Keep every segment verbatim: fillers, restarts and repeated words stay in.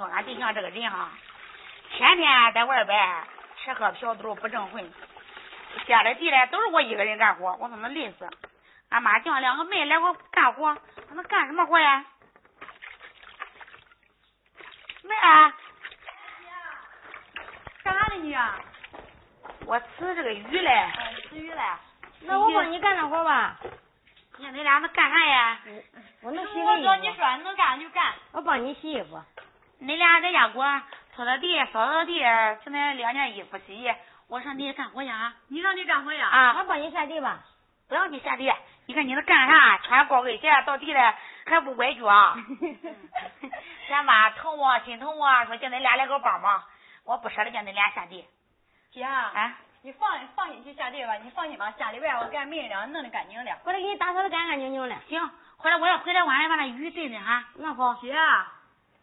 听，俺对象这个人哈，天天在外边吃喝嫖赌不正混，家里地里都是我一个人干活，我怎么累死？俺妈叫两个妹来给我干活，他们干什么活呀？妹啊， 干啥呢你啊？ 我吃这个鱼嘞。 吃鱼嘞？ 那我帮你干点活吧。 你看你俩能干啥呀？ 我能洗我个衣服。 说你说能干就干。 我帮你洗衣服。 你俩在家给我拖拖地、扫扫地，现在两件衣服洗，我上地干活呀。 你上地干活呀？ 啊， 我帮你下地吧。 不要你下地，你看你那干啥？穿高跟鞋到地里还不崴脚。咱妈疼我心疼我，说叫你俩来给我帮忙，我不舍得叫你俩下地。 姐啊， 啊， 你放放心去下地吧，你放心吧，下礼拜我给俺妹俩弄得干净了。 我得给你打扫的干干净净的。 行，回来我要回来晚上把那鱼炖炖哈。 那好。 姐啊。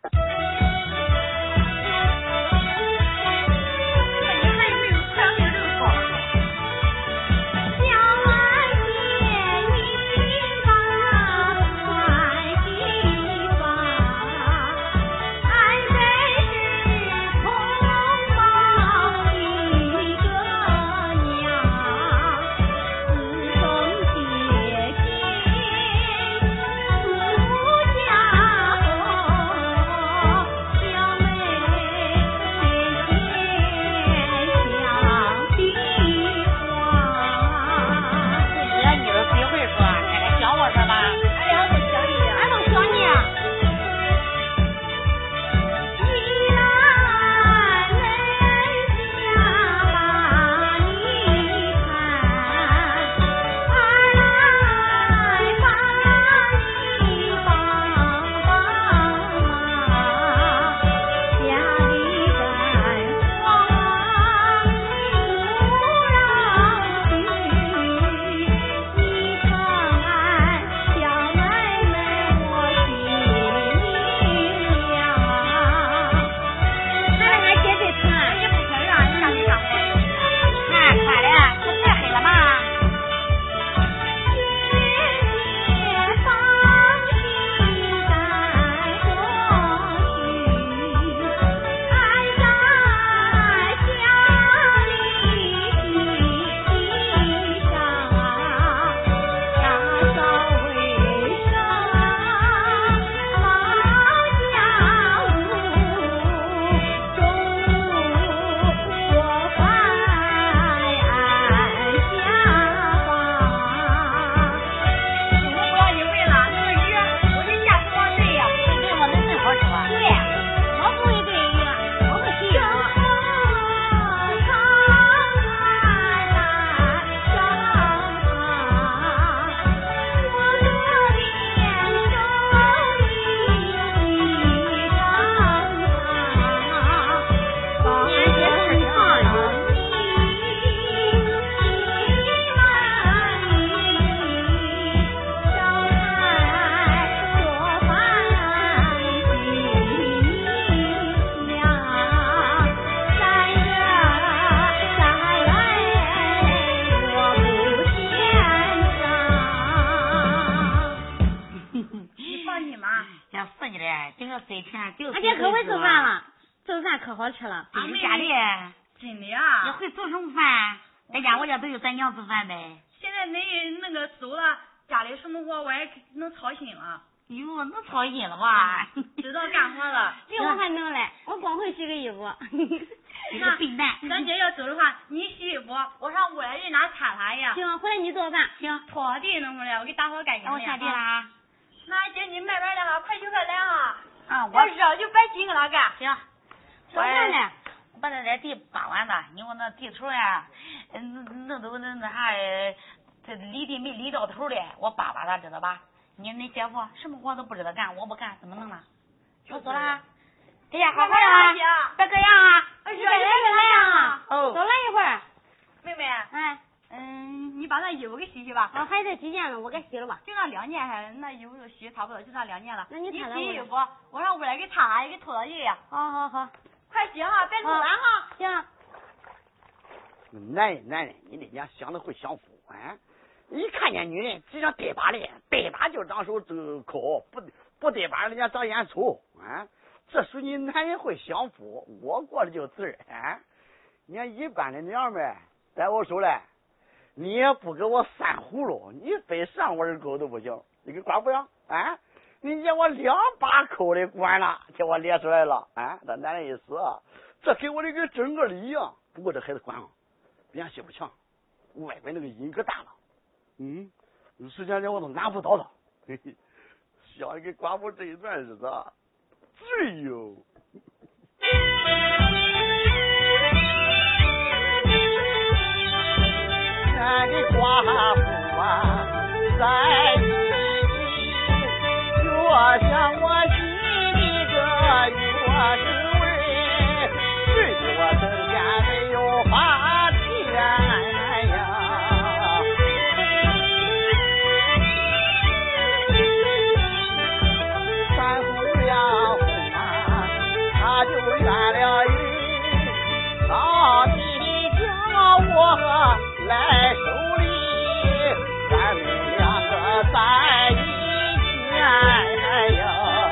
可好吃了。 俺们家里真的呀？ 你会做什么饭？在家我家都有咱娘做饭呗。 现在恁那个走了，家里什么活我也能操心了。 哟，能操心了吧？ 知道干活了。 这我还能嘞，我光会洗个衣服。 你个笨蛋！ 咱姐要走的话，你洗衣服，我上屋里人哪擦擦呀？ 行，回来你做饭。 行， 拖地弄不了，我给打扫干净了。 我下地了啊。 那姐你慢慢来哈，快去快来啊！ 啊，我要热就别紧跟他干。 行。 做饭呢？ 我把那点地扒完了，你我那地头呀，嗯，弄都那那啥，这犁地没犁到头的，我扒扒他，知道吧？你那姐夫什么活都不知道干，我不干怎么弄啊？我走了。哎呀，好好呀，别这样啊！ 热就别来啊！ 哦， 多来一会儿。 妹妹， 哎， 嗯，你把那衣服给洗洗吧。 啊，还得几件呢，我给洗了吧。 就那两件，还那衣服都洗差不多，就那两件了。 那你你擦洗衣服，我上屋里给擦，也给拖到地呀。 好好好， 快洗哈，别弄完哈。 行。 男人，男人，你这娘想的会享福啊！一看见女人，只想对把的，对把就长手指抠，不不对把人家长眼粗啊！ 这属你男人会享福，我过的就自然。你看一般的娘们在我手来，你也不给我散葫芦，你非上我这沟都不行。你跟寡妇样啊？你叫我两把口的管了，叫我咧出来了啊！这男人一死，这给我的跟整个的一样。不过这孩子管了，比俺媳妇强，外边那个瘾可大了。嗯，有时间叫我都拿不到他。嘿嘿，想给寡妇这一段日子，最有。俺的寡妇啊，在一起，越想我心里个越是味，只是我整天没有话题哎呀。三姑娘啊，她就圆了语，到底叫我来手里，咱们两个在一起哎呀。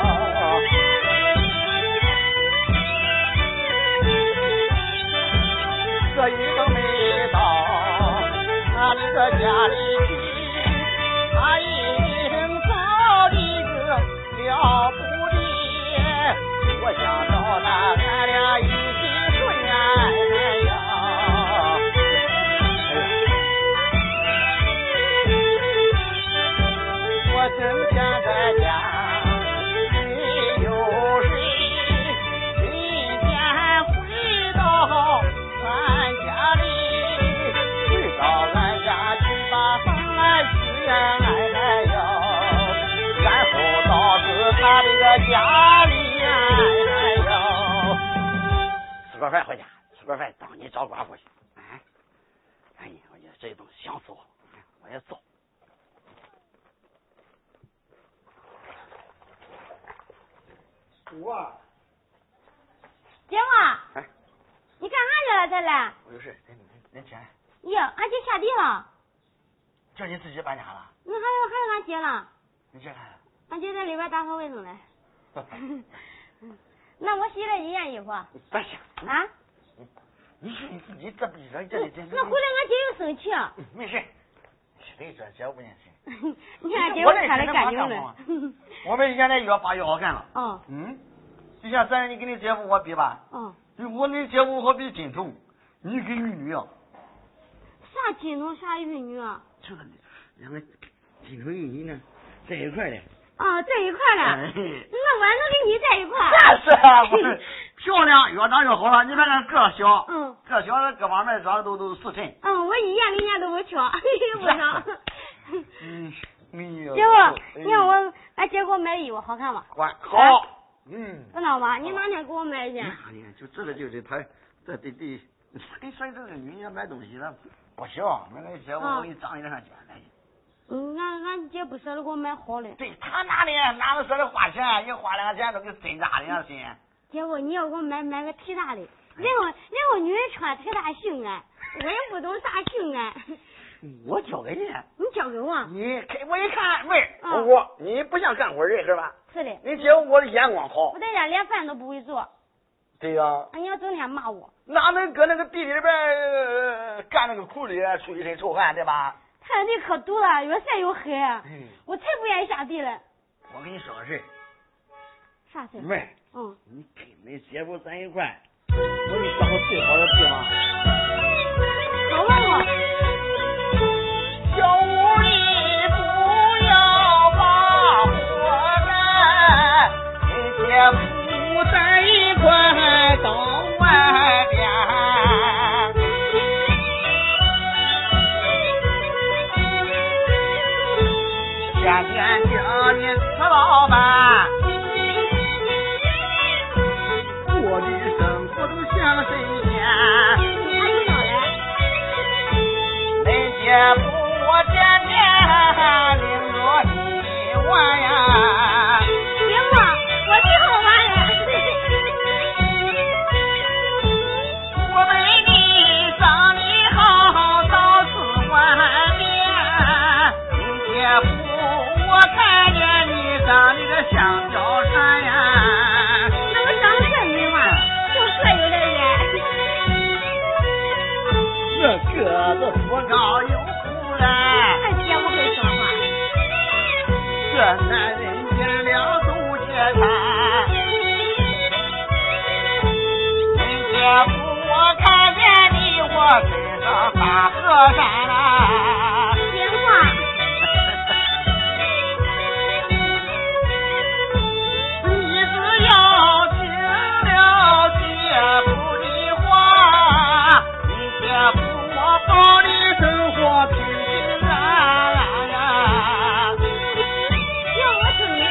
这一个没到他的个家里去，他一定找一个了不得，我想找他俺俩一起睡哎呀。我整天在家没有睡，今天回到俺家里，回到俺家去把饭吃哎呀，然后到是他这个家里哎呀，吃个饭回家，吃个饭当你找寡妇去。哎，哎呀，我觉得这一顿香死我了，我也走。我， 姐夫， 哎， 你干啥去了？才来？ 我有事，恁恁姐。 呀，俺姐下地了。 叫你自己搬家了？ 那还有还有俺姐呢？ 你姐来了？ 俺姐在里边打扫卫生呢。那我洗了一件衣服。 别洗啊？ 你去你自己这不这这这。 那回来俺姐又生气。 没事，谁这姐不念谁？ 你看姐夫穿的干净了。 我们现在越发越好看了。 哦。 嗯，就像咱你跟你姐夫我比吧。 哦。 我那姐夫好比金头，你跟玉女啊。 啥金头啥玉女啊？ 就是两个金头玉女呢，在一块的。 哦，在一块了。 哎、 那我还能跟你在一块？ 那是啊，不是漂亮，越长越好了。你看看个小， 嗯， 个小的各方面长得都都四称。 嗯，我一年跟年都不巧，不少。 嗯，哎呦。 姐夫，你看我俺姐给我买衣服好看吗？ 好，好。嗯。 知道吗？你哪天给我买一件？ 你看，就这个就是他，这得得，跟说这个女人买东西了不行，那个姐夫我给你长一点上钱来。 嗯，俺俺姐不舍得给我买好的。 对他哪里哪能舍得花钱？一花两钱都跟针扎的样心。 姐夫，你要给我买买个忒大的，然后然后女人穿忒大性感，我也不懂啥性感。 我交给你。 你交给我。 你看我一看妹儿，嗯、我你不像干活人是吧？ 是的。 你姐夫我的眼光好。 我在家连饭都不会做。 对呀、啊。 你要整天骂我。 哪能搁那个地里边、呃、干那个苦力，出一身臭汗，对吧？ 他地可堵了，越晒越黑， 嗯、 我才不愿意下地嘞。 我跟你说个事。 啥事？ 妹儿， 嗯， 你跟你姐夫在一块，我给你找个最好的地方。 好问我。 小屋里不要把火燃，你姐夫在一块到外边。天天叫你吃老饭，我的生活都像神仙。 还有哪来？ 恁姐夫我天天领着你玩呀。 姐夫，我最好玩了。 我为你长得好，到处玩遍。恁姐夫我看见你长得个像山啊！ 听话。 你只要听了姐夫的话，你姐夫我保你生活平平安安。 要我听你。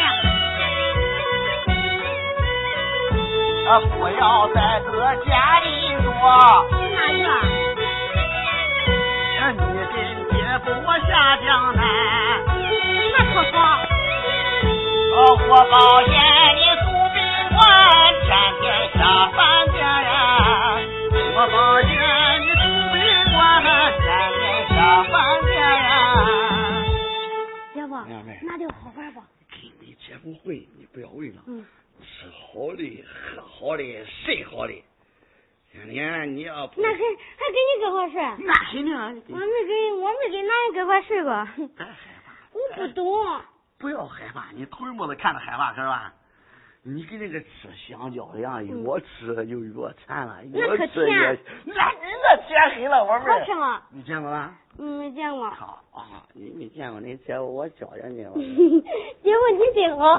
啊，不要在这家里说。 哪个？ 你跟姐夫我下江南。 那可好。 哦，我保险你住宾馆，天天下饭店呀。我保险你住宾馆，天天下饭店呀。 姐夫，那就好玩吧。 给你姐夫会，你不要为了。 嗯。 吃好的，喝好的，睡好的。天天你要不那还还跟你搁块睡？ 那肯定啊！ 我没跟我没跟男人搁块睡过。 别害怕。 我不懂。 不要害怕，你头一摸子看着害怕是吧？你跟那个吃香蕉一样，越吃就越馋了，越吃越……那你那甜黑了，我妹。 好吃吗？ 你见过吗？ 嗯，没见过。 好啊，你没见过，你姐夫我教教你。 姐夫你真好。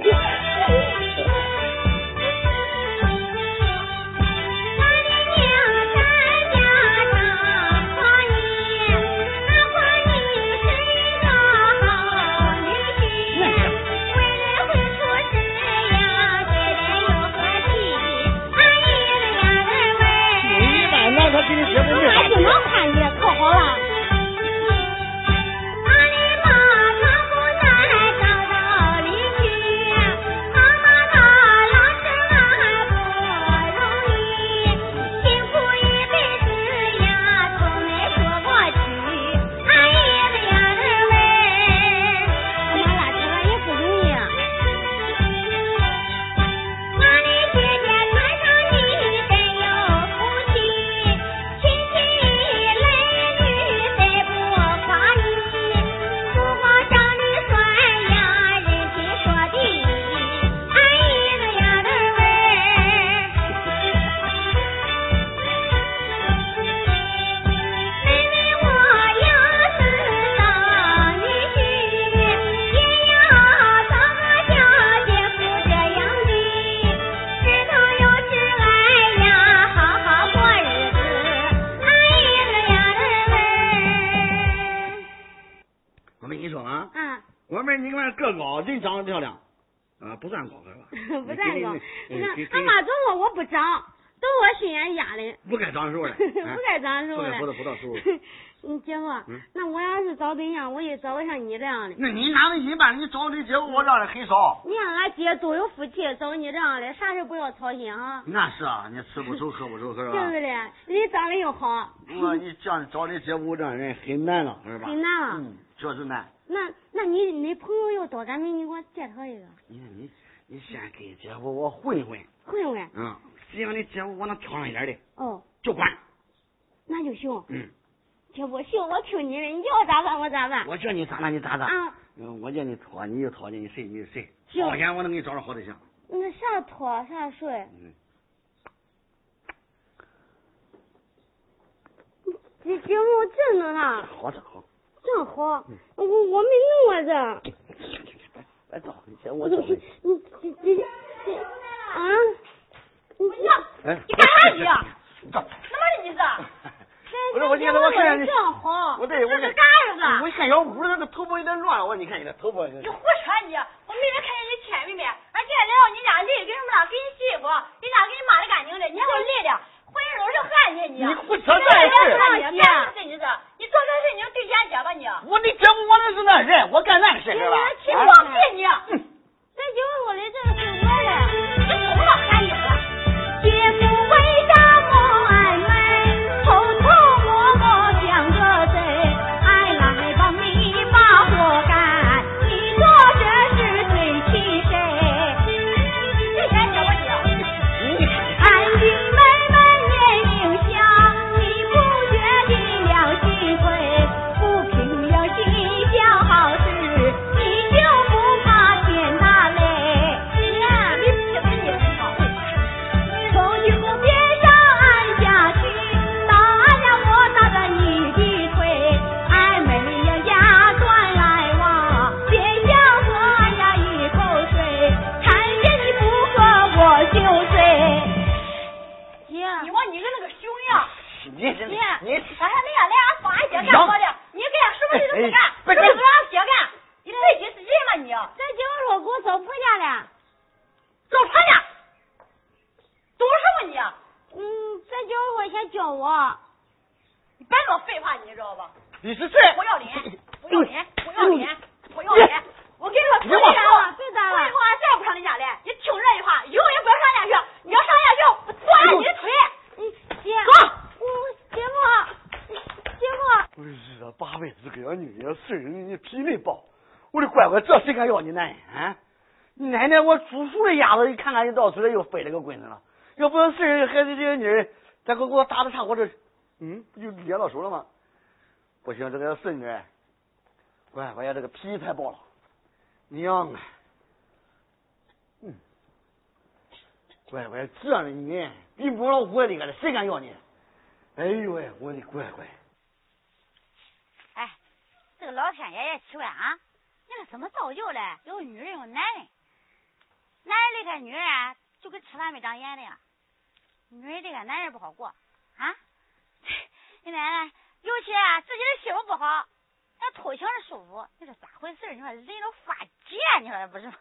他给你姐夫没还不能看你可好了。 个高，人长得漂亮，啊，不算高是吧？ 不算高。你看，俺妈总说我不长，都我心眼压的。 不该长时候了， 不该长时候了。 不到不到时候。 嗯，姐夫，那我要是找对象，我也找个像你这样的。 那你哪能一般？你找的姐夫我让人很少。 你看俺姐都有夫妻，找你这样的，啥事不要操心啊。 那是啊，你吃不熟喝不熟是吧？ 对不对？人长得又好。 我你这样找的姐夫这样人很难了，是吧？ 很难了。 嗯，确实难。 那那你你朋友要多，赶紧你给我介绍一个。 你你你先跟姐夫我混混。 混混。 嗯，只要你姐夫我能挑上一点的。 哦。 就管。 那就行。 嗯。 姐夫行，我听你的，你叫我咋办我咋办。 我叫你咋办你咋办。 啊。 嗯，我叫你拖你就拖，你睡你就睡。 行。 保险我能给你找着好对象。 那啥拖啥睡。 嗯。 这节目真的呢。 好的好。 真好，嗯、我我没弄过这。 别找你姐，我找你。 你这这这啊！你哎， 你干啥你？ 什么意思？ 不是我今天我看你正好， 我对我这是干啥子？ 我看小屋那个头发有点乱，我你看你这头发。 你胡扯你！我没人看见你前面面，俺今天来到你家累跟什么了？给你洗衣服，你家给你抹的干净的，你还给我累的，浑身都是汗你你。 你胡扯这事。 你干啥事你这？你做这事你就对钱姐吧你。 我的姐夫我那是那人，我干那事是吧？ 你放屁你！ 咱姐夫说的这是我的， 你懂了啥意思？ 姐夫为啥不爱美？偷偷摸摸想着谁？俺来帮你把活干，你说这是对该叫我。 你别说废话，你知道吧？ 你是谁？ 不要脸，不要脸，不要脸，不要脸！我跟你说，别打了，别打了！ 我以后俺再不上你家来，你听这句话，以后也不要上家去。你要上家去，我抓你的腿！ 姐， 走！ 姐夫，姐夫！ 哎呀，八辈子这个女人，岁数你皮没薄。我的乖乖，这谁敢要你奶奶啊？你奶奶我煮熟的鸭子，一看看一倒出来又飞了个滚子了。要不是岁数孩子这个妮儿，再给我打的差，我这嗯不就捏到手了吗？不行，这个孙女，乖乖呀，这个皮太薄了。娘啊，嗯，乖乖，这样的你比母老虎还厉害了，谁敢要你？哎呦喂，我的乖乖！ 哎，这个老天爷也奇怪啊！你说怎么造就嘞？有女人有男人，男人离开女人啊，就跟吃饭没长眼的呀。女人离开男人不好过啊！你奶奶，尤其啊自己的媳妇不好，那偷情的舒服，你说咋回事？你说人都发贱，你说不是？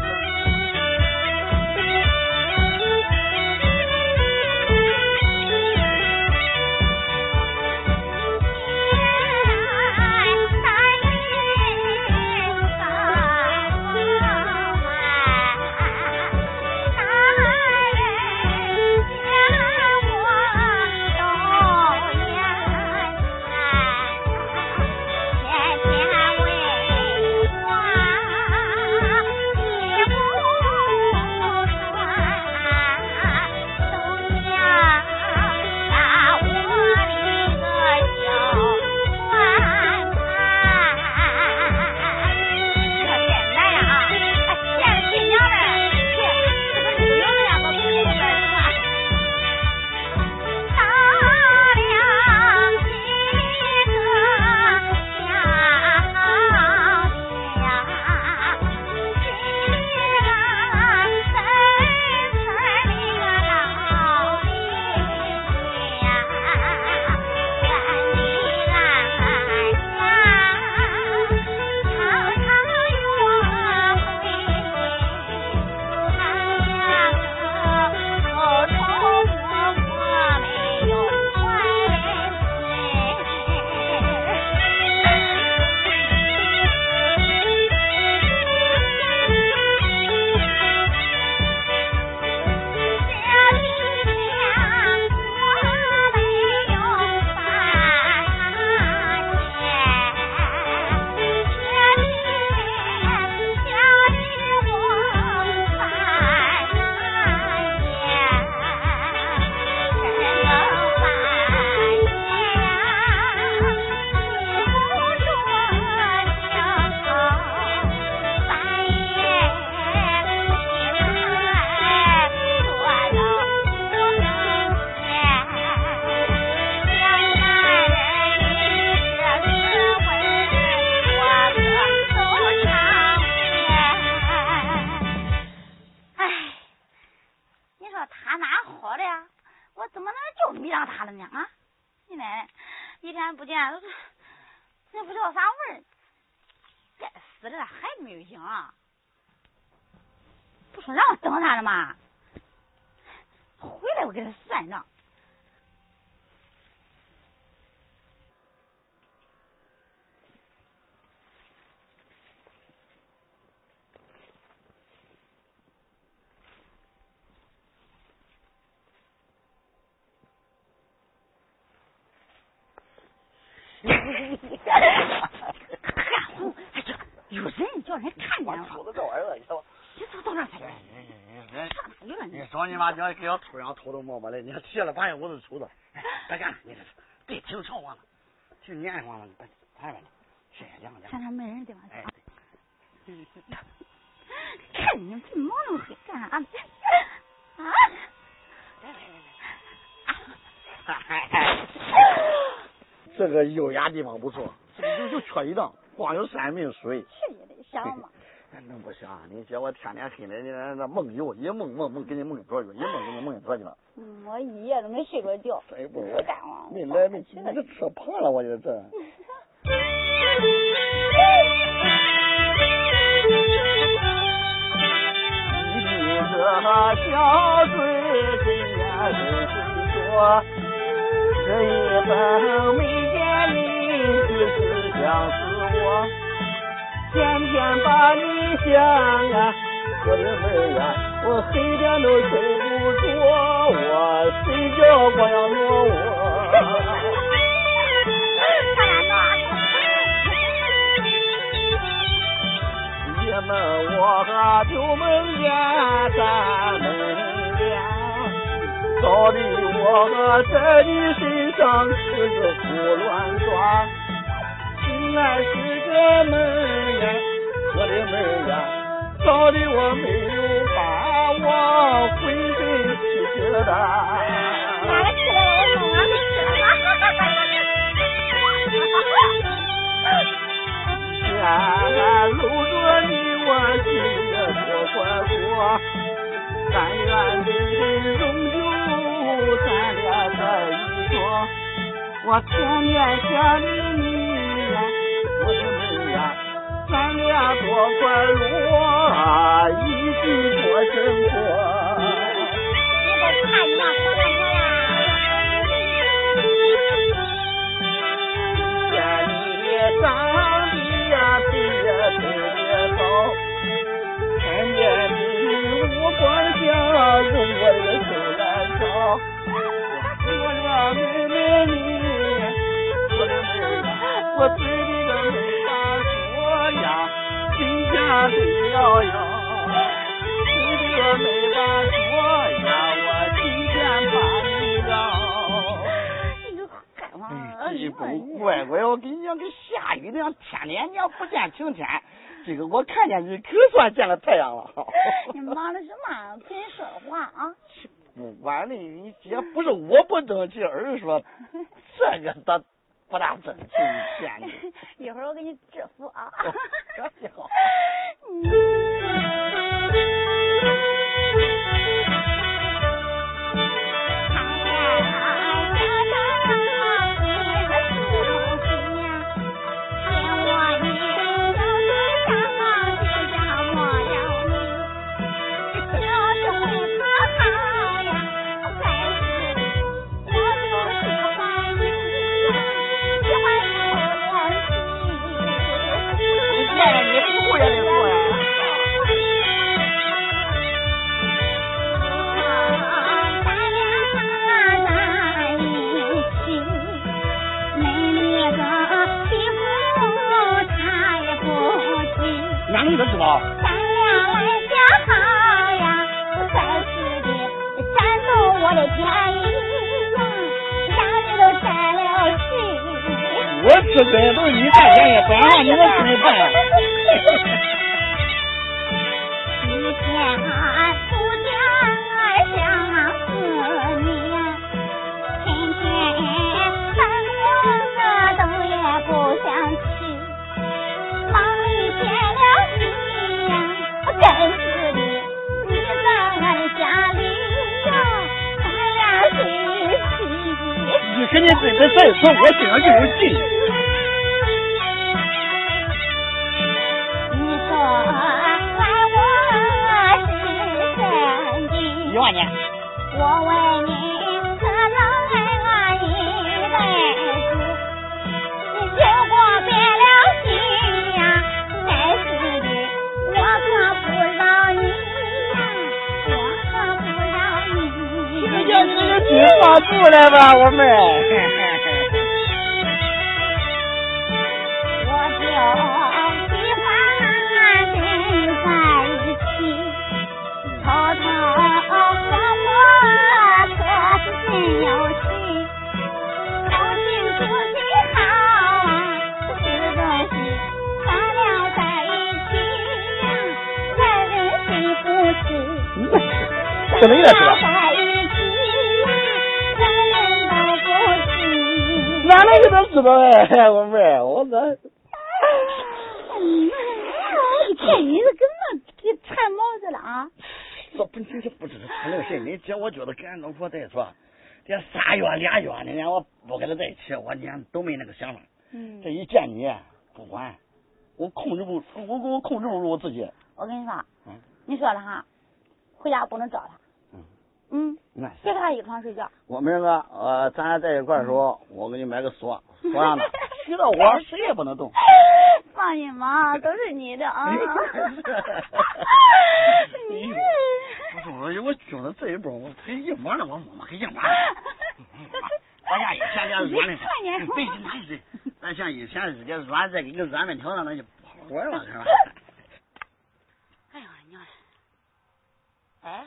有人叫人看见了， 瞅着这玩意儿，你知道吧？ 你走到那去。 你说你妈娘给我头上偷偷摸摸的，你还卸了把我都瞅着。别干了，你这是别听吵我了，听你爱慌了，别太远了，谁呀？两个看他没人地方去。 哎， 看你们这毛那么黑干啥呢？啊！ 这个优雅地方不错，就就缺一档，光有山没有水。 是也得想嘛。 那不行，你姐我天天黑的，你那梦游一梦梦梦给你梦着去，一梦给你梦着去了。 嗯，我一夜都没睡着觉。 这不我干嘛？ 没来没去，你这吃胖了，我这这。你这小嘴今年是谁说？ 这一生没见你，只是想死我，天天把你想啊，我的妹呀，我黑天都睡不着，我睡觉光要挪我。爷们，我就梦见咱们俩，到底我在你身上可是胡乱抓，心爱是个门呀，我的门呀，到底我没有把我浑身起疙瘩。 哪个吃了我梦啊？ 天搂着你，我心里多快活。但愿今生终究咱俩在一桌。我天天想着你呀，我的妹呀，咱俩多快乐，一起过生活。 你都看你那婆婆婆呀！ 见你长得呀特别特别好，看见你我光想用我的手来找，我俩妹妹你，我的妹呀，我嘴里的没法说呀，心下最摇摇，嘴里的没法说呀，我今天把你饶。你不乖乖，我跟你讲，跟下雨那样，天天你要不见晴天，这个我看见你可算见了太阳了。 你忙的什么？跟你说话啊！ 不管了，你姐不是我不争气，而是说这个他不大争气，见你。 一会儿我给你制服啊！ 这好。你都知道。 咱俩来相好呀，在此地煽动我的天意呀，让你都沾了心。 我吃根都是你在家也不让你们吃饭。 一天不见相思念，天天翻过都也不想去，忙里见了你呀，真是的，你在俺的家里呀，咱俩谁去？ 你肯定对这事从我身上就有劲。 你说爱我是真的， 一万年。 我为你可能爱我一辈子，如果变了心呀，该死的，我可不饶你呀，我可不饶你。 你叫你那个心放出来吧，我妹。 我就喜欢跟你在一起，偷偷摸摸可是真有趣，高兴出去好啊，是东西咱俩在一起呀，爱人谁不知？ 怎么意思？ 在一起呀，人人都不知。 哪能给他知道哎，我妹，我这。 这女的根本给缠毛子了啊！ 这不，你这不知道他那个事，你姐，我觉得跟俺老婆在一说，这仨月俩月的呢，我不跟他在一起，我你看都没那个想法。 嗯， 这一见你，不管我控制不，我我控制不住我自己。 我跟你说， 嗯， 你说了哈，回家不能找他。 嗯嗯， 那别跟他一床睡觉。 我明儿个呃，咱俩在一块儿的时候，我给你买个锁，锁上的，洗到我谁也不能动。 放心吧，都是你的啊。 你不是我，我觉得这一波我可以玩了，我我可以玩。咱家以前家软的，对对对，咱像以前日家软，再给个软面条上，那就不好玩了，是吧？ 哎呀娘嘞！哎，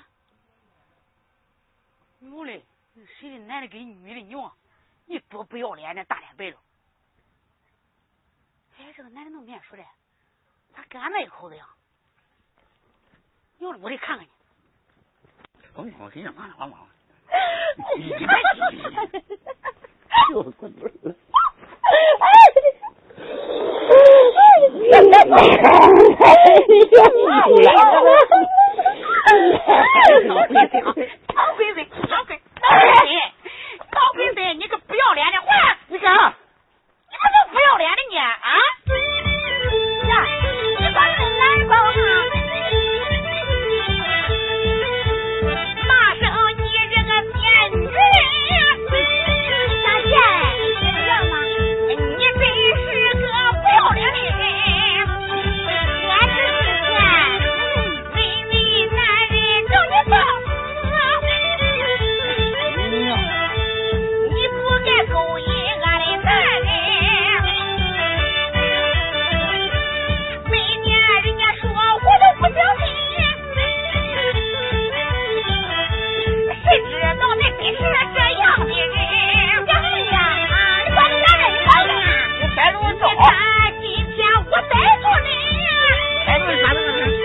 牛嘞！谁的男的跟女的牛？你多不要脸，那大脸白了！哎，这个男的能面熟的，咋跟俺那一口子一样？牛了，我得看看你。 我我给你玩了，玩玩。 你就是滚犊子！ 老鬼子，老鬼，老鬼，老鬼子，你个不要脸的话！ 你干啥？ 你们这不要脸的你啊！ 呀，你把这男包上。 骂声你这个贱女人！ 大贱，你知道吗？ 你真是个不要脸的人！ 我只是贱， 为为男人叫你放死！你不该勾引俺的男人！每年人家说我都不相信。谁知道你真是这样的人？ 干啥呀？啊，你把你男人放干啥？ 你逮住我你看今天我逮住你， 逮住你啥子？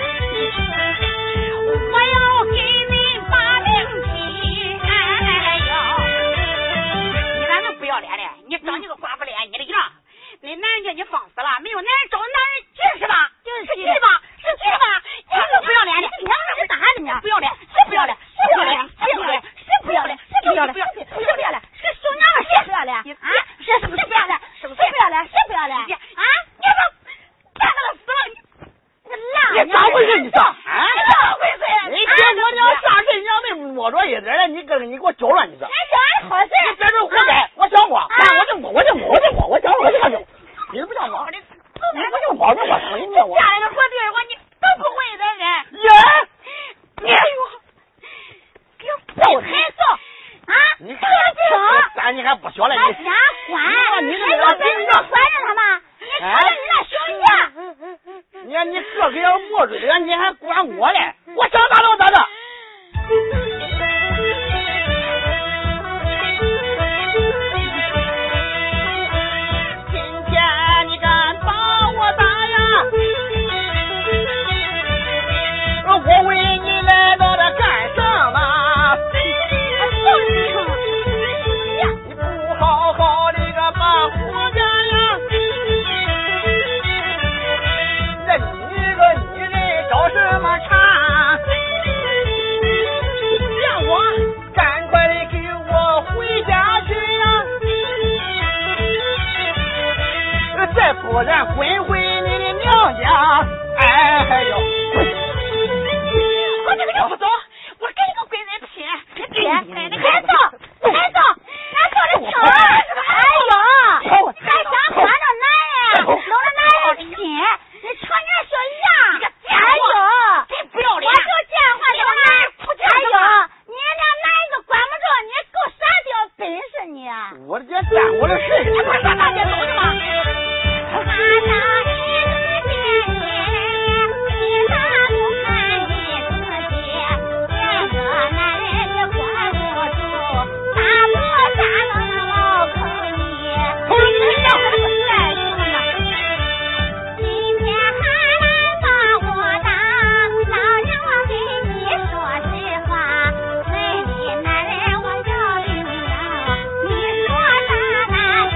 我要给你把命提！哎呦，你咋能不要脸嘞？你长你个寡妇脸，你的样，那男人叫你放死了，没有男人找男人急是吧？ 就是急吧？是急吧？你个不要脸的， 你娘是打的呢？ 不要脸，谁不要脸？谁不要脸？谁不要脸？谁不要脸？谁不要脸？谁不要脸？是小娘们谁不要脸？ 啊？谁是不是不要脸？是不是谁不要脸？谁不要脸？ 啊！你他干他了死了！ 你烂你咋回事？你上啊？ 你咋回事？ 你结果你要啥事你要没摸着一点了，你跟你给我搅乱你这。 谁说俺好事？ 你这是活该，我想我，我就我我就我就我我想我就就，你不像我，你不就我我我你我。 家里头说地儿我你都不会的人。 耶！ 你哎呦，给我孩子啊！ 你看，咱你还不晓得还你。 瞎管？ 你这还有本事就管着他们？你瞅瞅你那熊样！ 你看你个个要摸着了，你还管我嘞？我想咋着咋着。今天你敢把我打呀？我为你来到这干什么？你不好好的个把活干呀！那你个女人找什么茬？让我赶快的给我回家去呀！再不然滚回你的娘家！哎呦！ 我这个就不走，我跟你个鬼人拼！ 别，你快走，快走！俺说的听！哎呦，还想管着男人，搂着男人亲，你瞅你那小样！哎呦， 真不要脸！ 我就见话这个男人不见。哎呦，你连男人都管不着，你够啥屌本事你？ 我这干我的事， 你不是上大街走的吗？ 他那一个见你，你咋不看你自己？这个男人你管不住，咋不扎到那老坑里？你让我不帅什么？今天还来把我打，老娘我跟你说实话，为你男人我要领了，你说啥那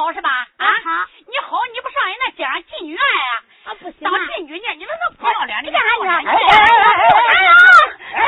好是吧？啊， 好， 你好，你不上人那街上进女院呀？ 啊，不行， 当进女呢，你那那不要脸， 你干啥去？ 哎哎哎哎哎哎！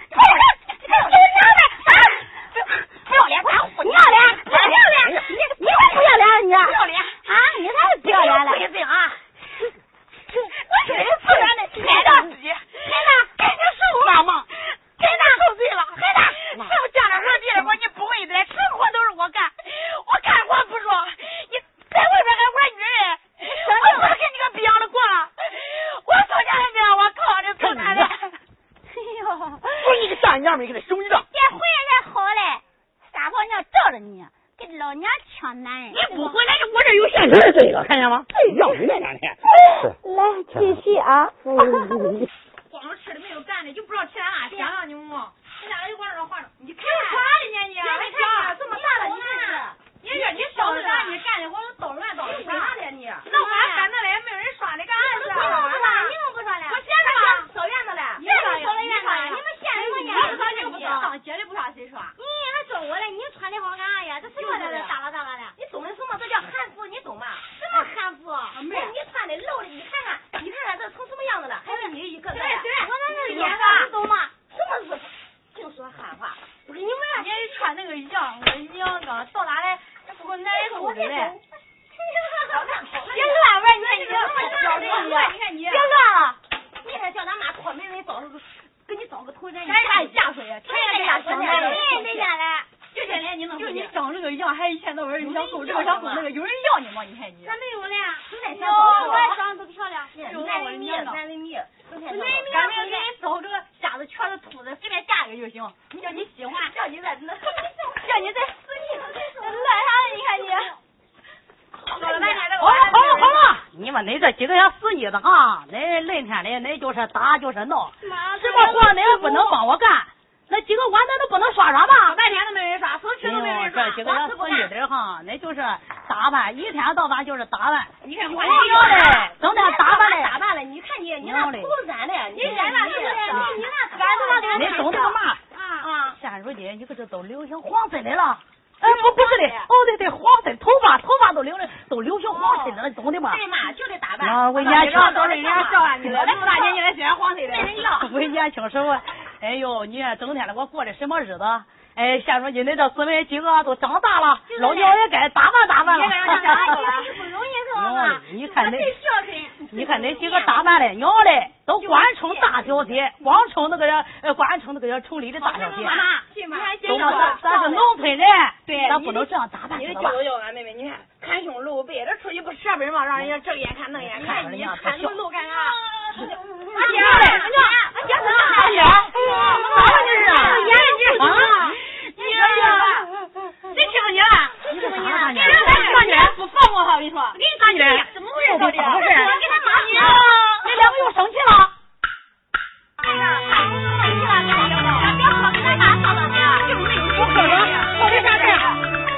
不要脸， 不要脸，不要脸，你你才不要脸，你不要脸啊，你才不要脸了， 不行啊！我真是自然的，害到自己，害到赶紧受帮忙，真的受罪了，害到什么家里活地里活你不会的，什么活都是我干，我干活不说，你在外边还玩女人，我咋跟你个逼样的过了？我操家人家，我靠你操他的！ 哎呦， 不是你个大娘们，你给他收一张。 这回来才好嘞，大婆娘罩着你，跟老娘抢男人。 你不回来，我这有现是这个，看见吗？要你那两天。 来继续啊。 光吃的没有干的，就不知道吃啥，想想你母，你俩就往这画着，你看啥的呢你？ 你看这么大了，你看，你这你少的啥？你干的活都捣乱捣乱啥的你？那我还干那嘞，没有人刷那个案子。 你们不说了？ 我现在吧，扫院子嘞。 你们扫了院子，你们县什么院？ 扫也不扫，上街里不刷谁刷？ 你还说我嘞？你穿的好干啥呀？这什么来的？大了大了的。 你懂的什么？这叫汉服，你懂吗？ 什么汉服？ 没有，你穿的露的，你看看，你看看这成什么样子了？还有你一个个。对对， 我那是演的，你懂吗？ 什么是？净说汉话。不是你们，你穿那个样，我娘个到哪来？这不够难受的嘞。别乱玩，你看你这么小的你，你看你，别乱了。你还叫咱妈托媒人找个，给你找个头人，你看你下水呀，天天家想来了， 对家来。 就现在你能，就你长这个样，还一天到晚你想走这个想走那个，有人要你吗？你看你。 咱没有了呀， 就在有，我也长得都漂亮。 男人迷，男人迷，咱们给你找这个瞎子、瘸子、秃子，随便嫁一个就行。你叫你喜欢，叫你在那，叫你在死你，乱啥呢？你看你。好了好了好了，你们恁这几个想死你的哈，恁那天的恁就是打就是闹，什么活恁也不能帮我干。那几个碗咱都不能刷刷吧？半天都没人刷，手吃都没人刷。这几个要死你的哈，那就是打扮，一天到晚就是打扮。你看我嘞，整天打扮嘞，打扮嘞。你看你，你那头染嘞，你染那是你那干子那你懂这个嘛？啊啊！现如今你可这都流行黄色的了。哎，不不是的，哦对对，黄色头发头发都流的都流行黄色的了，懂的吗？对嘛，就得打扮。啊，我年轻都是人家笑话你了，那么大年纪还喜欢黄色的，没人要。我年轻时候，哎呦，你看整天的我过的什么日子？哎，现如今恁这四位几个都长大了，老娘也该打扮打扮了。 你不容易是吧？ 你看那，你看那几个打扮的，娘嘞，都官称大小姐，光称那个呃，官称那个城里的大小姐。懂吗？咱是农村人，对，咱不能这样打扮，知道吧？教教俺妹妹，你看看胸露背，这出去不舍本吗？让人家这眼看那眼看，你看那么露干啥？阿姐，阿姐，阿姐，阿姐，咋回事啊？眼睛啊！你谁欺负你了？你欺负你了？你让咱上去不放我哈！我跟你说，我给你打你，怎么回事？到底？我给他骂你，你两个又生气了。哎呀，生气了，咱别说，别说，咱妈上到去，就是没有我喝了，我这啥事？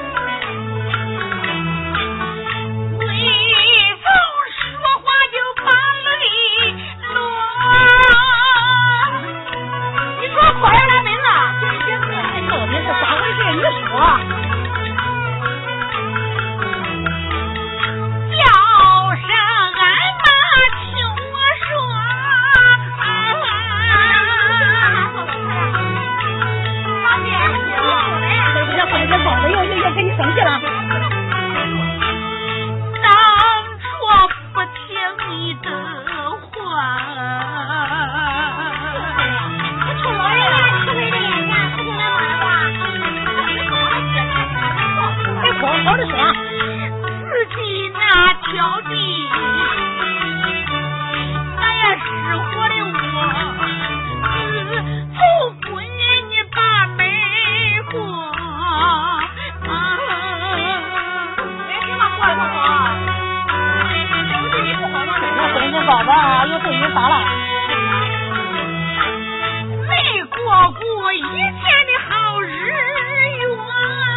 微风说话就把泪落，你说说人来没呢？到底是咋回事？你说。叫声俺妈听我说，老姐，对不起，换个包子又又又给你生气了。当初不听你的话， 我瞅老人家吃亏的眼睛，不听俺妈的话。 别哭，好的说。自己那条地，咱也失火的我，从婚姻你把门过。哎，这么过得不好？我对你不好吗？我对你咋的？又对你咋了？没过过以前的好日月。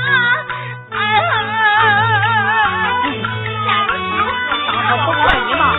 我不怪你嘛，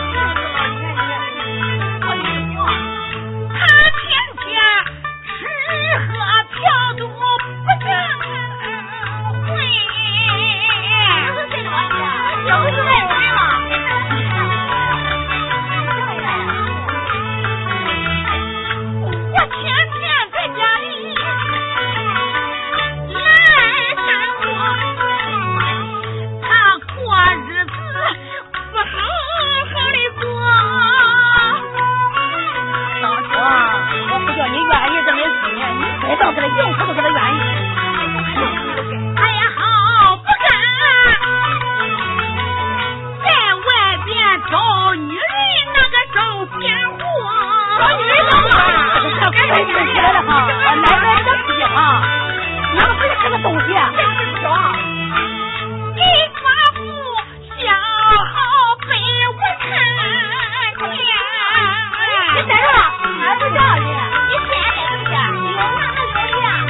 老女人啊，这快起来了哈！奶奶这不行啊，那个不是这个东西，这是什么？ 一寡妇小被我看见。 你在这儿，俺不叫你， 你现在是不是有那个东西啊？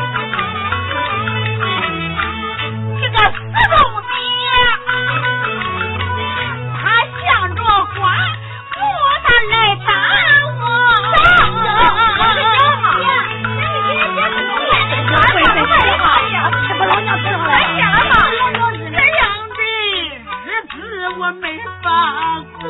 这个死东西，他向着花不他来打我。 吃不老娘吃上来， 这样的日子我没法过。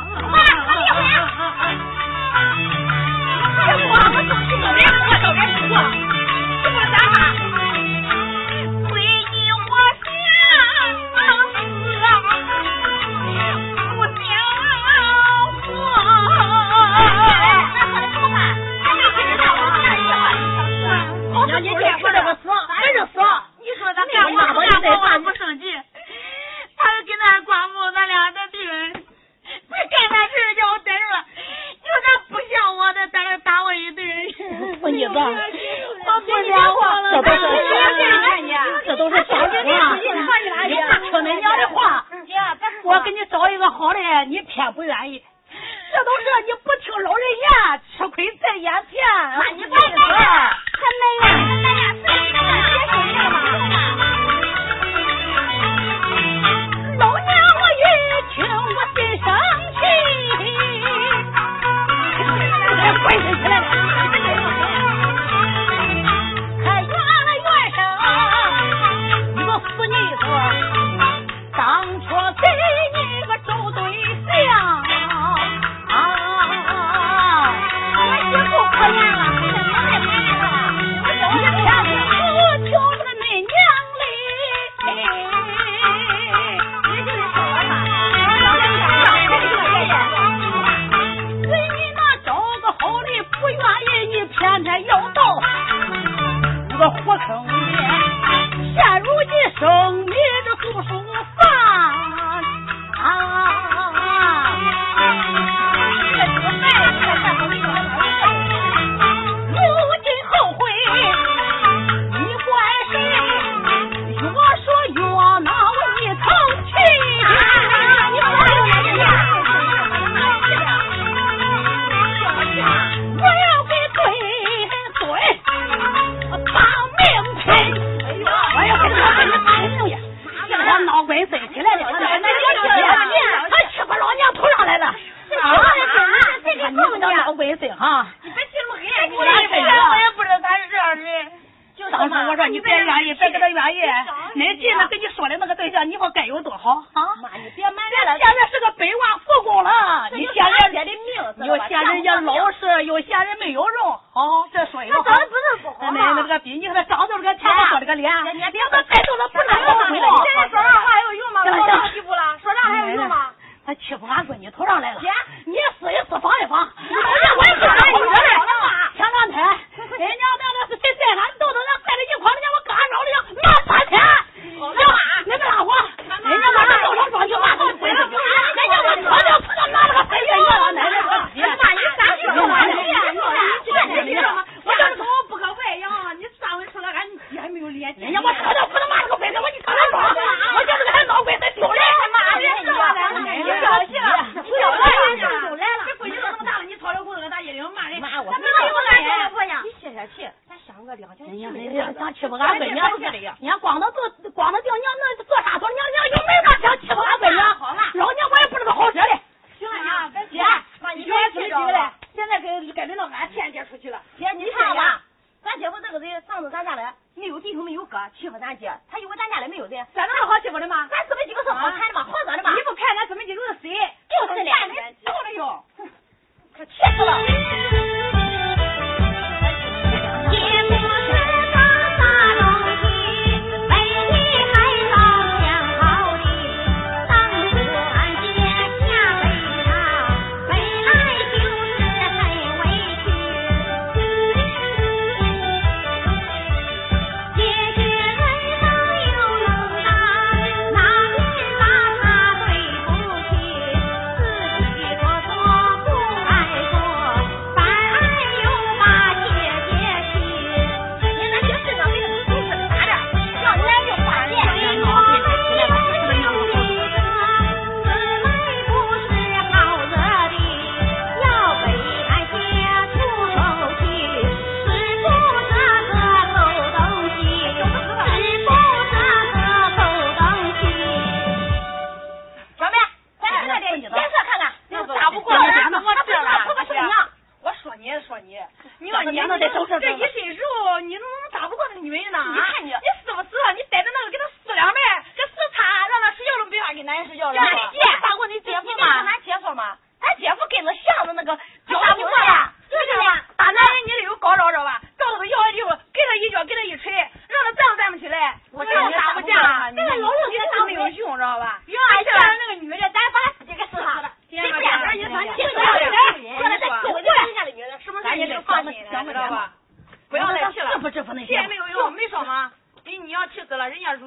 这我我都不走人，我走人不过，这不咋办？亏你我想死，不想活。那怎么办？还没听到我这句话， 娘你就吃这个死，还是死？ 你说他干我不干我我不生气，他跟那寡妇咱俩的病人，不是干那事叫我逮住了，就他不像我的，在那打我一顿。 不你吧， 我不想活了， 这都是这都是假话，你不听恁娘的话，我给你找一个好的，你偏不愿意。这都是你不听老人言，吃亏在眼前。 那你别说， 还没呀， 咱俩是一个结婚了吗？ 老娘我一听我心生气，浑身起来了，还怨了怨声，你个死妮子，当初给你个周对象。 我媳妇可怜了，太可怜了，我走你骗我就这个恁娘嘞！ 你就是说嘛， 给你那找个好的，不愿意你偏偏要到那个火坑里，现如今生米的不舒饭啊！闹鬼飞起来了，他吃把老娘头上来了啊！你看你们叫闹鬼飞哈！ 你别听我黑，我也不知道他是这样的人。 当时我说你别愿意，别给他愿意。恁进来跟你说的那个对象，你说该有多好啊！ 妈，你别埋汰了。 现在是个百万富公了，你嫌人家的命， 又嫌人家老实，又嫌人没有肉，好，这说一个好。 那长得不是不好那那个逼，你看他长得这个天上这个脸， 你别他再动了不能好回来。 现在说上话还有用吗？我上欺负了，说上还有用吗？ 他欺负俺闺女头上来了。 姐， 你试一试，防一防。 我也是，我来了。 前两天，人家那个是谁带俺豆豆那带着一筐，人家我刚找的骂三天。行，你别拉我，人家把这豆上装去骂他的鬼子，人家我车就车就拿了个飞跃跃了，奶奶我急。 骂你啥事？我骂你，你看我就是说我不可外扬，你上回出来俺姐还没有脸。 人家我车就不能骂这个鬼子，我你车上装，我就是给他闹鬼子丢人。 骂人上来了，你小心了，你小心了， 就来了。 这闺女都那么大了，你掏了裤子给大衣领骂人， 骂我， 咱没有我来这婆娘， 你歇歇气。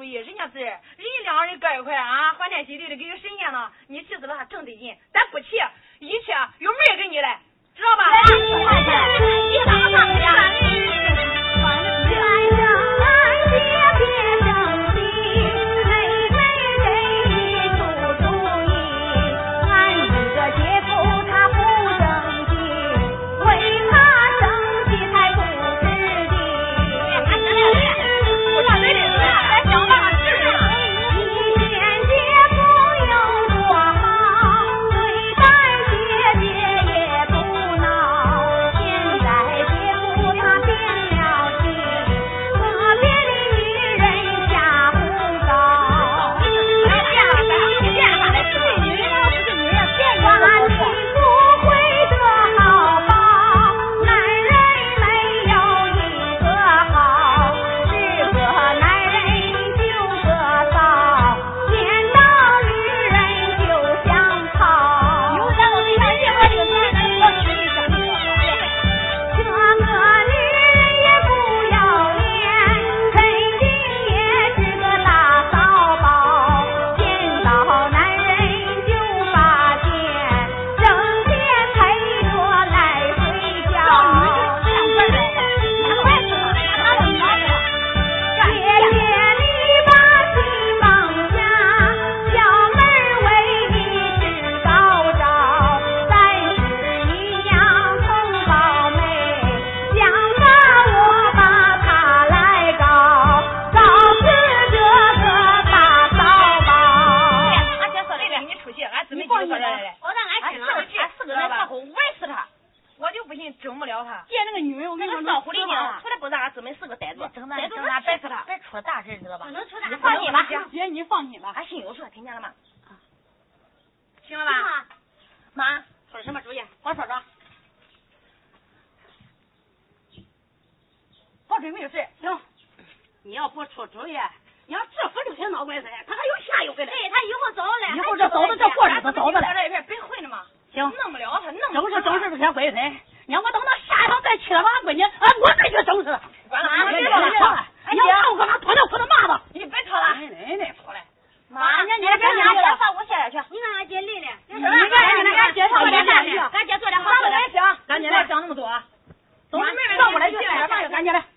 主意，人家是人家两个人搁一块啊，欢天喜地的给个神仙呢，你气死了他正得劲，咱不气，一气有门儿给你来，知道吧？ 你怎么上家？ 赶紧来，讲那么多，走，妹妹，到我来，赶紧来。